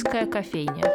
Шумерийская кофейня.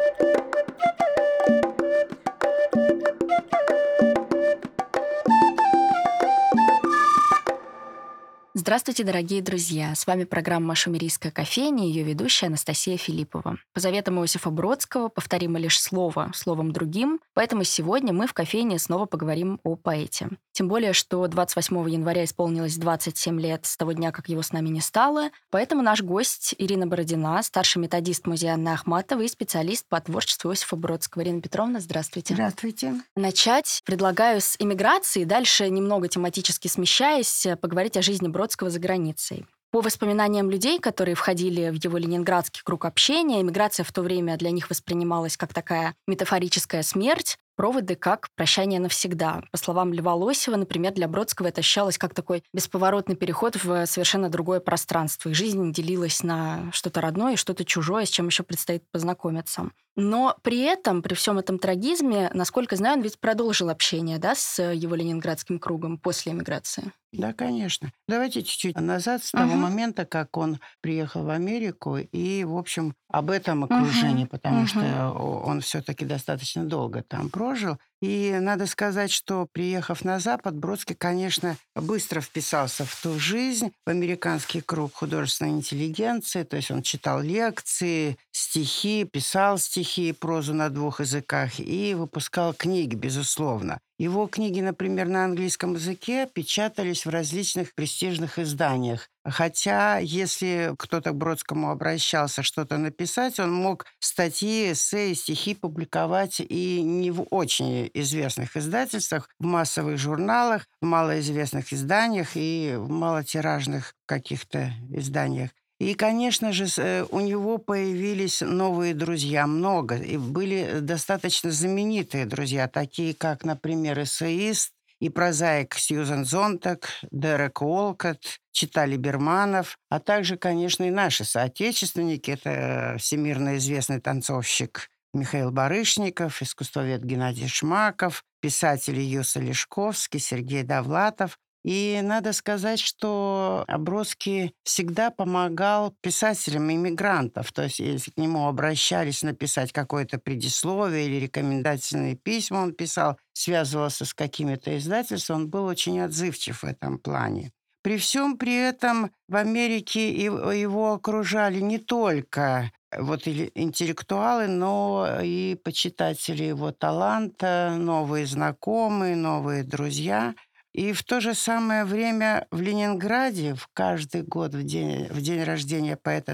Здравствуйте, дорогие друзья! С вами программа «Шумерийская кофейня» и ее ведущая Анастасия Филиппова. По заветам Иосифа Бродского повторим лишь слово словом другим, поэтому сегодня мы в кофейне снова поговорим о поэте. Тем более, что 28 января исполнилось 27 лет с того дня, как его с нами не стало, поэтому наш гость Ирина Бородина, старший методист музея Анны Ахматовой и специалист по творчеству Иосифа Бродского. Ирина Петровна, здравствуйте. Здравствуйте. Начать предлагаю с эмиграции, дальше, немного тематически смещаясь, поговорить о жизни Бродского за границей. По воспоминаниям людей, которые входили в его ленинградский круг общения, эмиграция в то время для них воспринималась как такая метафорическая смерть, проводы как прощание навсегда. По словам Льва Лосева, например, для Бродского это ощущалось как такой бесповоротный переход в совершенно другое пространство. И жизнь делилась на что-то родное и что-то чужое, с чем еще предстоит познакомиться. Но при этом, при всем этом трагизме, насколько знаю, он ведь продолжил общение, да, с его ленинградским кругом после эмиграции. Да, конечно. Давайте чуть-чуть назад, с того момента, как он приехал в Америку, и, в общем, об этом окружении, потому что он все-таки достаточно долго там прожил. И надо сказать, что, приехав на Запад, Бродский, конечно, быстро вписался в ту жизнь, в американский круг художественной интеллигенции. То есть он читал лекции, стихи, писал стихи и прозу на двух языках и выпускал книги, безусловно. Его книги, например, на английском языке печатались в различных престижных изданиях. Хотя, если кто-то к Бродскому обращался что-то написать, он мог статьи, эссе, стихи публиковать и не в очень известных издательствах, в массовых журналах, в малоизвестных изданиях и в малотиражных каких-то изданиях. И, конечно же, у него появились новые друзья, много. И были достаточно знаменитые друзья, такие как, например, эссеист и прозаик Сьюзен Зонтаг, Дерек Уолкотт, Чита Либерманов, а также, конечно, и наши соотечественники. Это всемирно известный танцовщик Михаил Барышников, искусствовед Геннадий Шмаков, писатели Юса Лешковский, Сергей Довлатов. И надо сказать, что Бродский всегда помогал писателям иммигрантов. То есть, если к нему обращались написать какое-то предисловие или рекомендательные письма, он писал, связывался с какими-то издательствами, он был очень отзывчив в этом плане. При всем при этом в Америке его окружали не только или интеллектуалы, но и почитатели его таланта, новые знакомые, новые друзья. И в то же самое время в Ленинграде в каждый год в день рождения поэта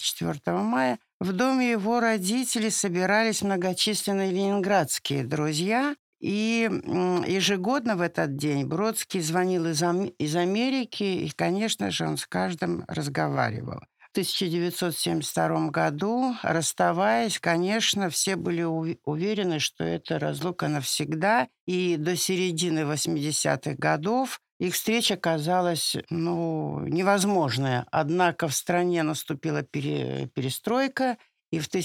24 мая в доме его родителей собирались многочисленные ленинградские друзья. И ежегодно в этот день Бродский звонил из Америки, и, конечно же, он с каждым разговаривал. В 1972 году, расставаясь, конечно, все были уверены, что это разлука навсегда, и до середины 80-х годов их встреча казалась, невозможная. Однако в стране наступила перестройка, и в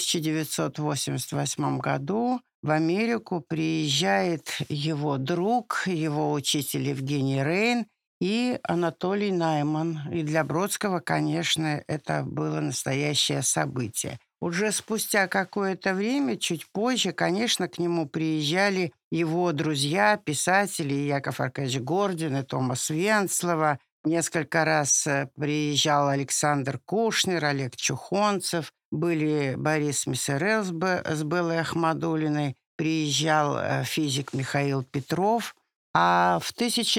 1988 году в Америку приезжает его друг, его учитель Евгений Рейн и Анатолий Найман. И для Бродского, конечно, это было настоящее событие. Уже спустя какое-то время, чуть позже, конечно, к нему приезжали его друзья, писатели Яков Аркадьевич Гордин и Томас Венцлова. Несколько раз приезжал Александр Кушнер, Олег Чухонцев. Были Борис Мессерел с Беллой Ахмадулиной. Приезжал физик Михаил Петров. А в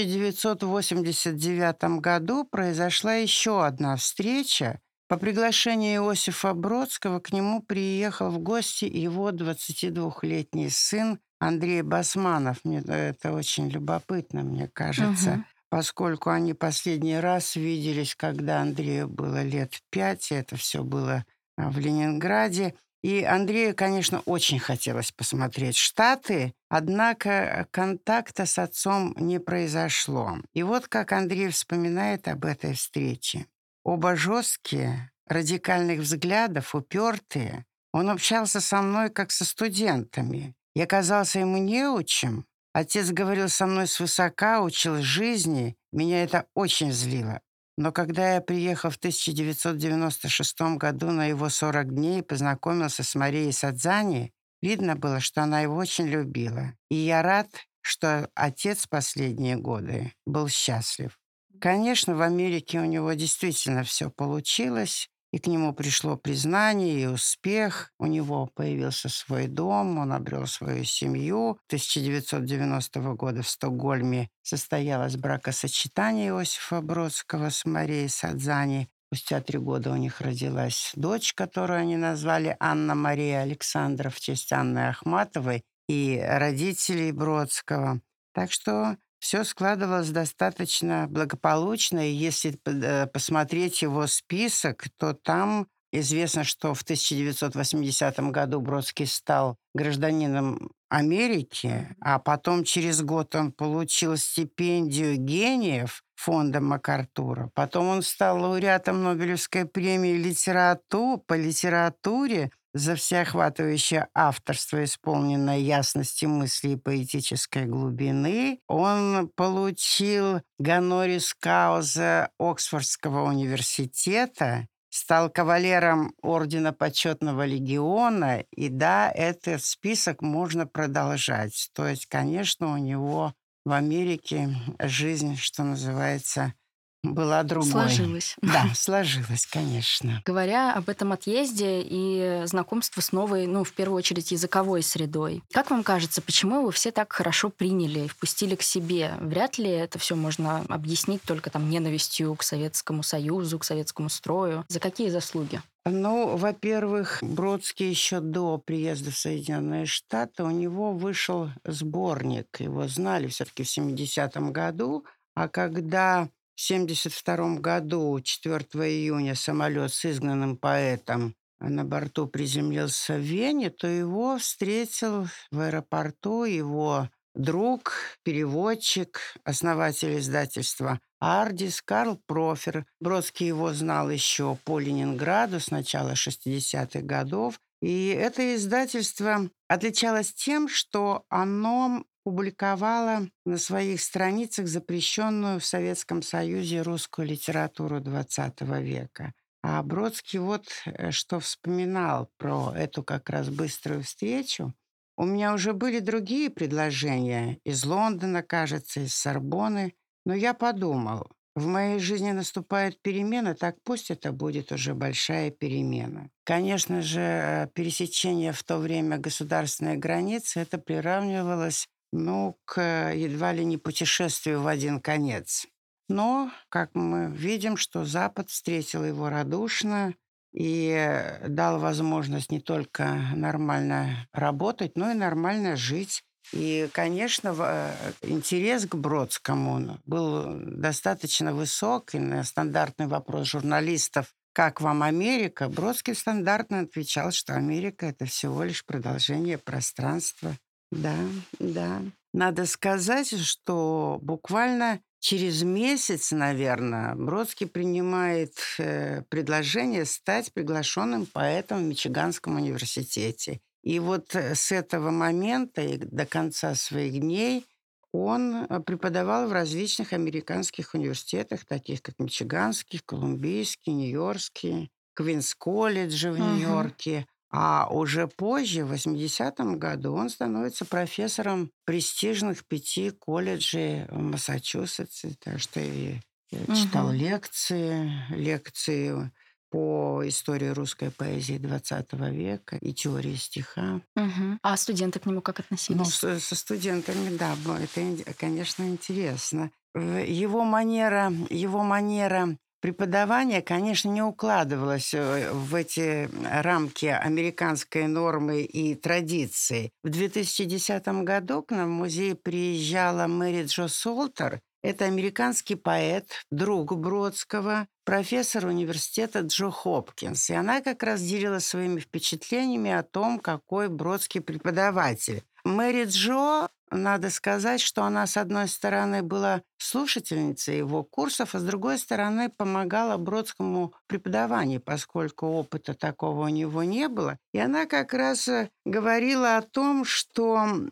1989 году произошла еще одна встреча. По приглашению Иосифа Бродского к нему приехал в гости его 22-летний сын Андрей Басманов. Мне это очень любопытно, мне кажется, поскольку они последний раз виделись, когда Андрею было лет 5, и это все было в Ленинграде. И Андрею, конечно, очень хотелось посмотреть Штаты, однако контакта с отцом не произошло. И вот как Андрей вспоминает об этой встрече. Оба жесткие, радикальных взглядов, упертые. Он общался со мной, как со студентами. Я казался ему неучим. Отец говорил со мной свысока, учил жизни. Меня это очень злило. Но когда я приехал в 1996 году на его 40 дней и познакомился с Марией Садзани, видно было, что она его очень любила. И я рад, что отец последние годы был счастлив. Конечно, в Америке у него действительно все получилось, и к нему пришло признание и успех. У него появился свой дом, он обрел свою семью. 1990 года в Стокгольме состоялось бракосочетание Иосифа Бродского с Марией Садзани. Спустя 3 года у них родилась дочь, которую они назвали Анна-Мария Александра в честь Анны Ахматовой и родителей Бродского. Так что все складывалось достаточно благополучно, и если посмотреть его список, то там известно, что в 1980 году Бродский стал гражданином Америки, а потом через год он получил стипендию гениев фонда МакАртура. Потом он стал лауреатом Нобелевской премии по литературе за всеохватывающее авторство, исполненное ясности мысли и поэтической глубины. Он получил гонорис кауза Оксфордского университета, стал кавалером Ордена Почетного Легиона, и да, этот список можно продолжать. То есть, конечно, у него в Америке жизнь, что называется, была другой. Сложилось. Да, сложилась, конечно. Говоря об этом отъезде и знакомстве с новой, в первую очередь, языковой средой, как вам кажется, почему его все так хорошо приняли и впустили к себе? Вряд ли это все можно объяснить только ненавистью к Советскому Союзу, к советскому строю. За какие заслуги? Во-первых, Бродский еще до приезда в Соединенные Штаты, у него вышел сборник. Его знали все-таки в 70-м году, а когда в 1972 году, 4 июня, самолет с изгнанным поэтом на борту приземлился в Вене, то его встретил в аэропорту его друг, переводчик, основатель издательства «Ардис» Карл Профер. Бродский его знал еще по Ленинграду с начала 60-х годов. И это издательство отличалось тем, что оно публиковала на своих страницах запрещенную в Советском Союзе русскую литературу XX века. А Бродский что вспоминал про эту как раз быструю встречу. У меня уже были другие предложения из Лондона, кажется, из Сорбонны, но я подумал, в моей жизни наступает перемена, так пусть это будет уже большая перемена. Конечно же, пересечение в то время государственной границы, это приравнивалось к едва ли не путешествию в один конец. Но, как мы видим, что Запад встретил его радушно и дал возможность не только нормально работать, но и нормально жить. И, конечно, интерес к Бродскому был достаточно высок. И на стандартный вопрос журналистов «Как вам Америка?», Бродский стандартно отвечал, что Америка — это всего лишь продолжение пространства. Да, да. Надо сказать, что буквально через месяц, наверное, Бродский принимает предложение стать приглашенным поэтом в Мичиганском университете. И с этого момента и до конца своих дней он преподавал в различных американских университетах, таких как Мичиганский, Колумбийский, Нью-Йоркский, Квинс-колледже в Нью-Йорке. А уже позже, в 80-м году, он становится профессором престижных 5 колледжей в Массачусетсе. Так что я читал лекции по истории русской поэзии XX века и теории стиха. А студенты к нему как относились? Со студентами, да, это, конечно, интересно. Его манера преподавание, конечно, не укладывалось в эти рамки американской нормы и традиции. В 2010 году к нам в музей приезжала Мэри Джо Солтер. Это американский поэт, друг Бродского, профессор университета Джо Хопкинс. И она как раз делилась своими впечатлениями о том, какой Бродский преподаватель. Мэри Джо, надо сказать, что она, с одной стороны, была слушательницей его курсов, а с другой стороны, помогала Бродскому в преподавании, поскольку опыта такого у него не было. И она как раз говорила о том, что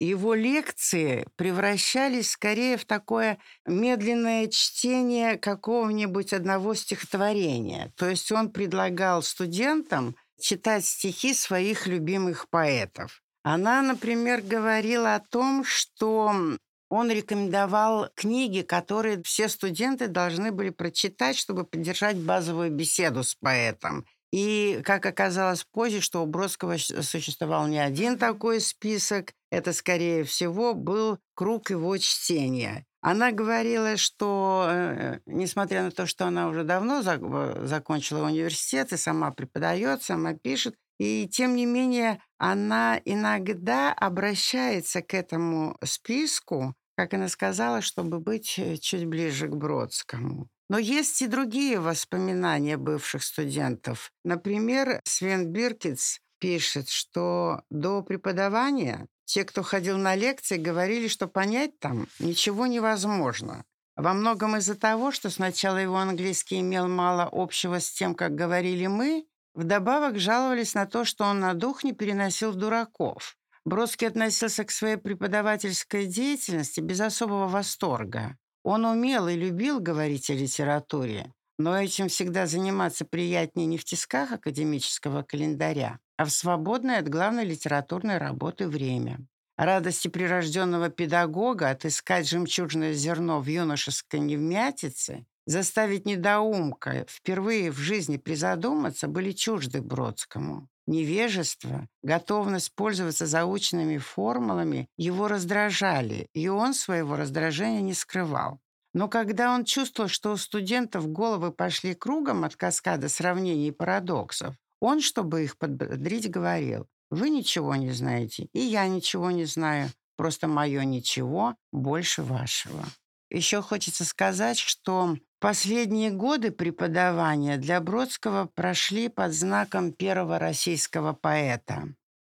его лекции превращались скорее в такое медленное чтение какого-нибудь одного стихотворения. То есть он предлагал студентам читать стихи своих любимых поэтов. Она, например, говорила о том, что он рекомендовал книги, которые все студенты должны были прочитать, чтобы поддержать базовую беседу с поэтом. И, как оказалось позже, что у Бродского существовал не один такой список, это, скорее всего, был круг его чтения. Она говорила, что, несмотря на то, что она уже давно закончила университет и сама преподает, сама пишет, и тем не менее она иногда обращается к этому списку, как она сказала, чтобы быть чуть ближе к Бродскому. Но есть и другие воспоминания бывших студентов. Например, Свен Биркиц пишет, что до преподавания те, кто ходил на лекции, говорили, что понять там ничего невозможно. Во многом из-за того, что сначала его английский имел мало общего с тем, как говорили мы, вдобавок жаловались на то, что он на дух не переносил дураков. Бродский относился к своей преподавательской деятельности без особого восторга. Он умел и любил говорить о литературе, но этим всегда заниматься приятнее не в тисках академического календаря, а в свободное от главной литературной работы время. Радости прирожденного педагога отыскать жемчужное зерно в юношеской невмятице, заставить недоумка впервые в жизни призадуматься, были чужды Бродскому. Невежество, готовность пользоваться заученными формулами его раздражали, и он своего раздражения не скрывал. Но когда он чувствовал, что у студентов головы пошли кругом от каскада сравнений и парадоксов, он, чтобы их подбодрить, говорил: «Вы ничего не знаете, и я ничего не знаю, просто мое ничего больше вашего». Еще хочется сказать, что последние годы преподавания для Бродского прошли под знаком первого российского поэта.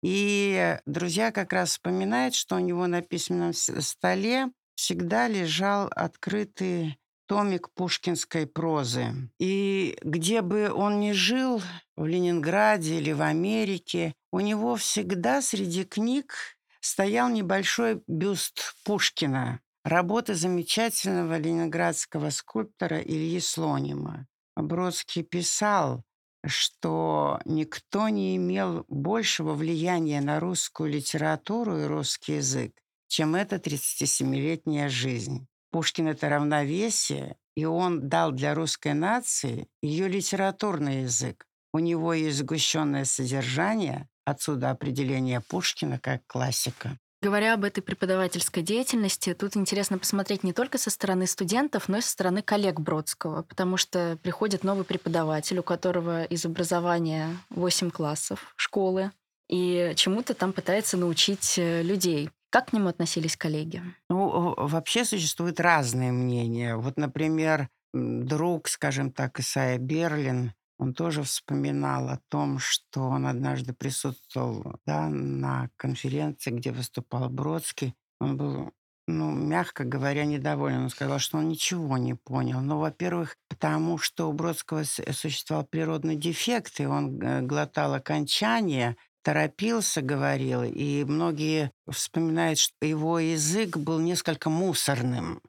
И друзья как раз вспоминают, что у него на письменном столе всегда лежал открытый томик пушкинской прозы. И где бы он ни жил, в Ленинграде или в Америке, у него всегда среди книг стоял небольшой бюст Пушкина, работы замечательного ленинградского скульптора Ильи Слонима. Бродский писал, что никто не имел большего влияния на русскую литературу и русский язык, чем эта 37-летняя жизнь. Пушкин — это равновесие, и он дал для русской нации ее литературный язык. У него есть сгущенное содержание, отсюда определение Пушкина как классика. Говоря об этой преподавательской деятельности, тут интересно посмотреть не только со стороны студентов, но и со стороны коллег Бродского, потому что приходит новый преподаватель, у которого из образования 8 классов школы, и чему-то там пытается научить людей. Как к нему относились коллеги? Ну, вообще существуют разные мнения. Вот, например, друг, скажем так, Исайя Берлин, он тоже вспоминал о том, что он однажды присутствовал, да, на конференции, где выступал Бродский. Он был, мягко говоря, недоволен. Он сказал, что он ничего не понял. Ну, во-первых, потому что у Бродского существовал природный дефект, и он глотал окончания, торопился, говорил, и многие вспоминают, что его язык был несколько мусорным,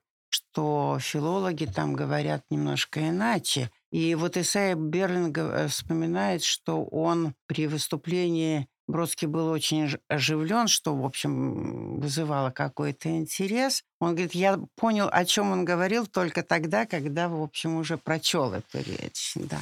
что филологи там говорят немножко иначе. И вот Исайя Берлин вспоминает, что он при выступлении Бродский был очень оживлен, что, в общем, вызывало какой-то интерес. Он говорит, я понял, о чем он говорил только тогда, когда, в общем, уже прочел эту речь. Да.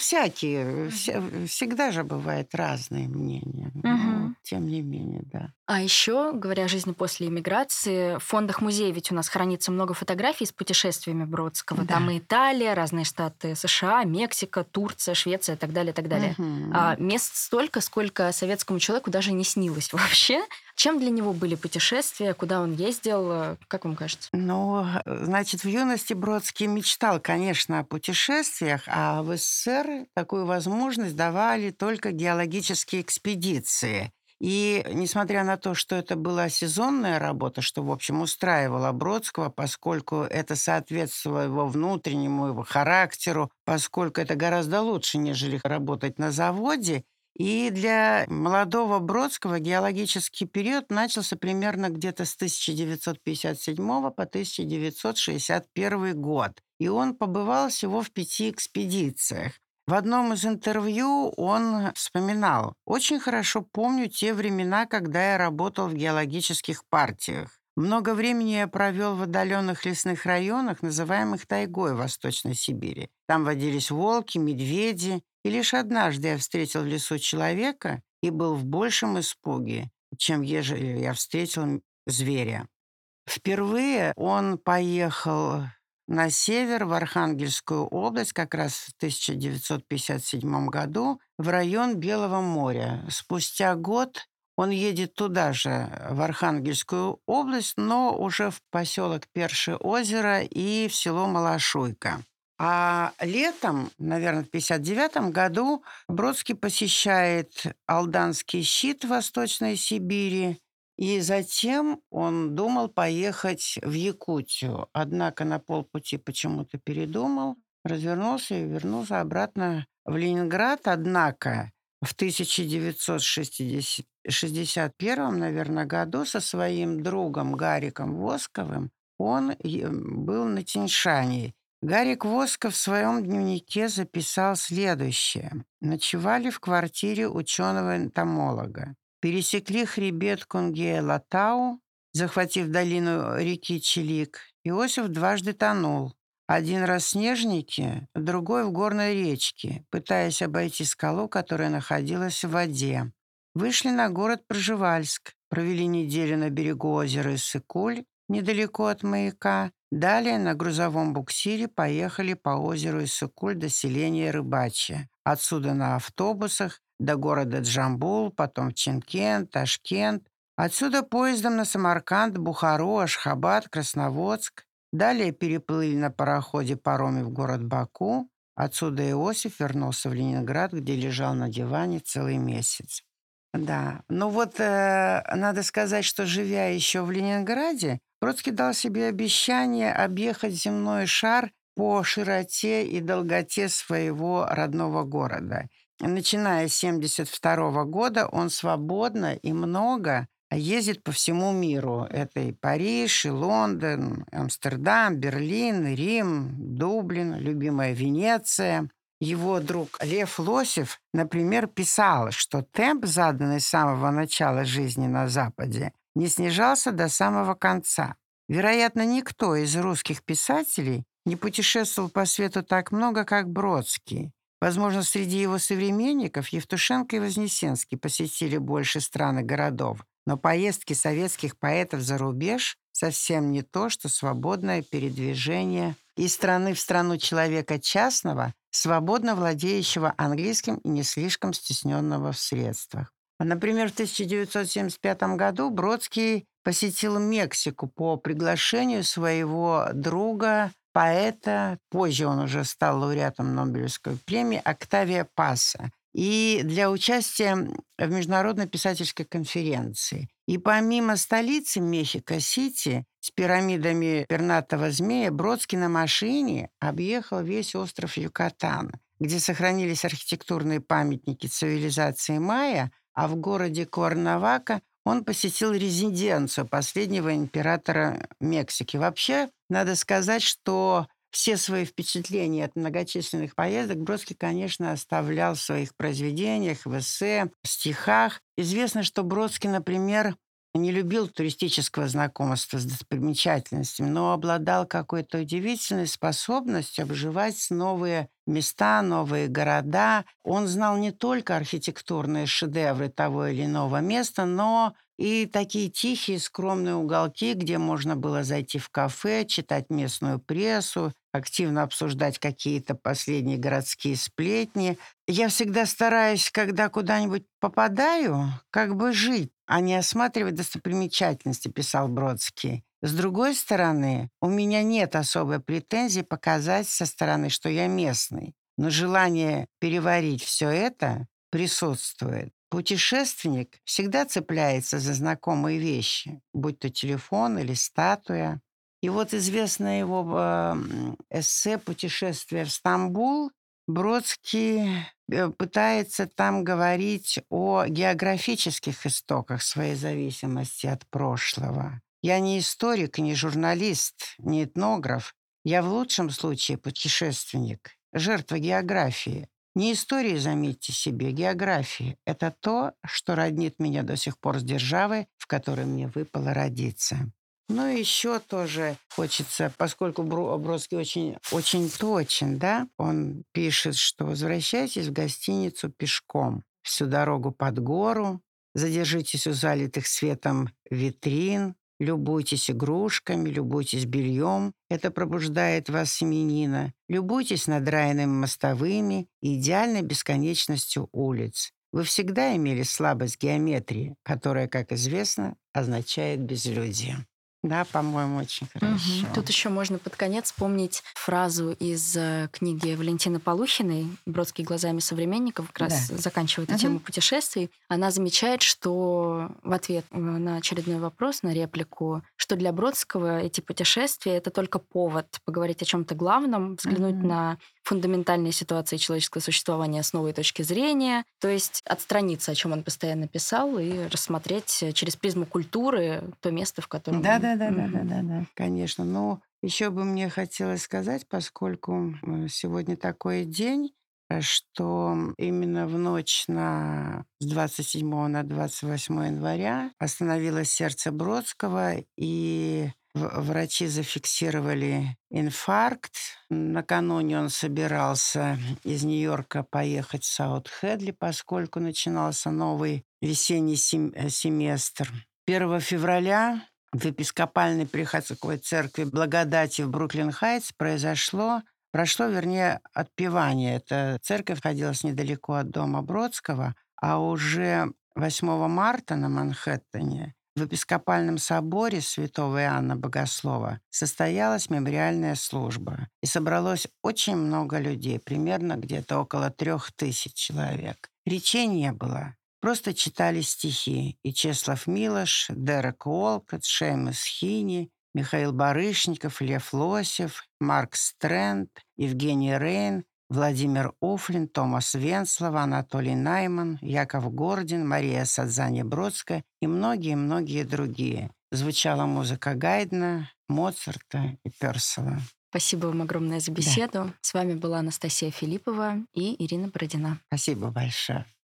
Всякие, всегда же бывают разные мнения. Но, тем не менее, да. А еще, говоря о жизни после эмиграции, в фондах музея ведь у нас хранится много фотографий с путешествиями Бродского. Да. Там и Италия, разные штаты США, Мексика, Турция, Швеция и так далее, и так далее. А мест столько, сколько советскому человеку даже не снилось вообще. Чем для него были путешествия, куда он ездил, как вам кажется? Значит, в юности Бродский мечтал, конечно, о путешествиях, а в СССР такую возможность давали только геологические экспедиции. И несмотря на то, что это была сезонная работа, что, в общем, устраивало Бродского, поскольку это соответствовало его внутреннему, его характеру, поскольку это гораздо лучше, нежели работать на заводе, И для молодого Бродского геологический период начался примерно где-то с 1957 по 1961 год. И он побывал всего в 5 экспедициях. В одном из интервью он вспоминал: «Очень хорошо помню те времена, когда я работал в геологических партиях. Много времени я провел в отдаленных лесных районах, называемых тайгой в Восточной Сибири. Там водились волки, медведи, и лишь однажды я встретил в лесу человека и был в большем испуге, чем ежели я встретил зверя». Впервые он поехал на север, в Архангельскую область, как раз в 1957 году, в район Белого моря. Спустя год он едет туда же, в Архангельскую область, но уже в поселок Перши-озеро и в село Малашуйка. А летом, наверное, в 1959 году Бродский посещает Алданский щит в Восточной Сибири, и затем он думал поехать в Якутию. Однако на полпути почему-то передумал, развернулся и вернулся обратно в Ленинград. Однако в 1961, наверное, году со своим другом Гариком Восковым он был на Тяньшане. Гарик Восков в своем дневнике записал следующее. «Ночевали в квартире ученого-энтомолога. Пересекли хребет Кунгея-Латау, захватив долину реки Чилик. Иосиф дважды тонул. Один раз в Снежнике, другой в горной речке, пытаясь обойти скалу, которая находилась в воде. Вышли на город Пржевальск, провели неделю на берегу озера Иссык-Куль, недалеко от маяка. Далее на грузовом буксире поехали по озеру Иссык-Куль до селения Рыбачье. Отсюда на автобусах до города Джамбул, потом в Чимкент, Ташкент. Отсюда поездом на Самарканд, Бухару, Ашхабад, Красноводск. Далее переплыли на пароходе-пароме в город Баку. Отсюда Иосиф вернулся в Ленинград, где лежал на диване целый месяц». Да, ну вот надо сказать, что, живя еще в Ленинграде, Бродский дал себе обещание объехать земной шар по широте и долготе своего родного города. Начиная с 1972 года он свободно и много ездит по всему миру. Это и Париж, и Лондон, Амстердам, Берлин, Рим, Дублин, любимая Венеция. Его друг Лев Лосев, например, писал, что темп, заданный с самого начала жизни на Западе, не снижался до самого конца. Вероятно, никто из русских писателей не путешествовал по свету так много, как Бродский. Возможно, среди его современников Евтушенко и Вознесенский посетили больше стран и городов, но поездки советских поэтов за рубеж совсем не то, что свободное передвижение из страны в страну человека частного, свободно владеющего английским и не слишком стесненного в средствах. Например, в 1975 году Бродский посетил Мексику по приглашению своего друга, поэта, позже он уже стал лауреатом Нобелевской премии, Октавия Паса, и для участия в международной писательской конференции. И помимо столицы Мехико-Сити с пирамидами пернатого змея, Бродский на машине объехал весь остров Юкатан, где сохранились архитектурные памятники цивилизации майя, а в городе Куэрнавака он посетил резиденцию последнего императора Мексики. Вообще, надо сказать, что все свои впечатления от многочисленных поездок Бродский, конечно, оставлял в своих произведениях, в эссе, в стихах. Известно, что Бродский, например, не любил туристического знакомства с достопримечательностями, но обладал какой-то удивительной способностью обживать новые места, новые города. Он знал не только архитектурные шедевры того или иного места, но и такие тихие, скромные уголки, где можно было зайти в кафе, читать местную прессу, активно обсуждать какие-то последние городские сплетни. Я всегда стараюсь, когда куда-нибудь попадаю, как бы жить, а не осматривать достопримечательности, писал Бродский. С другой стороны, у меня нет особой претензии показать со стороны, что я местный, но желание переварить все это присутствует. Путешественник всегда цепляется за знакомые вещи, будь то телефон или статуя. И вот известное его эссе «Путешествие в Стамбул» Бродский пытается там говорить о географических истоках своей зависимости от прошлого. Я не историк, не журналист, не этнограф. Я в лучшем случае путешественник, жертва географии. Не истории, заметьте себе, географии. Это то, что роднит меня до сих пор с державой, в которой мне выпало родиться. Ну и еще тоже хочется, поскольку Бродский очень, очень точен, да, он пишет, что возвращайтесь в гостиницу пешком всю дорогу под гору, задержитесь у залитых светом витрин, любуйтесь игрушками, любуйтесь бельем. Это пробуждает вас семьянина. Любуйтесь надраенными мостовыми и идеальной бесконечностью улиц. Вы всегда имели слабость к геометрии, которая, как известно, означает безлюдие. Да, по-моему, очень хорошо. Тут еще можно под конец вспомнить фразу из книги Валентины Полухиной «Бродский глазами современников», как раз заканчивает эту тему путешествий. Она замечает, что в ответ на очередной вопрос, на реплику, что для Бродского эти путешествия — это только повод поговорить о чем-то главном, взглянуть на фундаментальные ситуации человеческого существования с новой точки зрения, то есть отстраниться, о чем он постоянно писал, и рассмотреть через призму культуры то место, в котором... Да. Конечно. Но еще бы мне хотелось сказать, поскольку сегодня такой день, что именно в ночь с 27 на 28 января остановилось сердце Бродского, и врачи зафиксировали инфаркт. Накануне он собирался из Нью-Йорка поехать в Саут-Хедли, поскольку начинался новый весенний семестр. 1 февраля в епископальной приходской церкви Благодати в Бруклин-Хайтс прошло отпевание. Эта церковь находилась недалеко от дома Бродского, а уже 8 марта на Манхэттене в епископальном соборе святого Иоанна Богослова состоялась мемориальная служба. И собралось очень много людей, примерно где-то около 3000 человек. Речей не было. Просто читали стихи. И Чеслав Милош, Дерек Уолкотт, Шеймус Хини, Михаил Барышников, Лев Лосев, Марк Стрэнд, Евгений Рейн, Владимир Уфлин, Томас Венслова, Анатолий Найман, Яков Гордин, Мария Садзани-Бродская и многие-многие другие. Звучала музыка Гайдна, Моцарта и Персела. Спасибо вам огромное за беседу. С вами была Анастасия Филиппова и Ирина Бородина. Спасибо большое.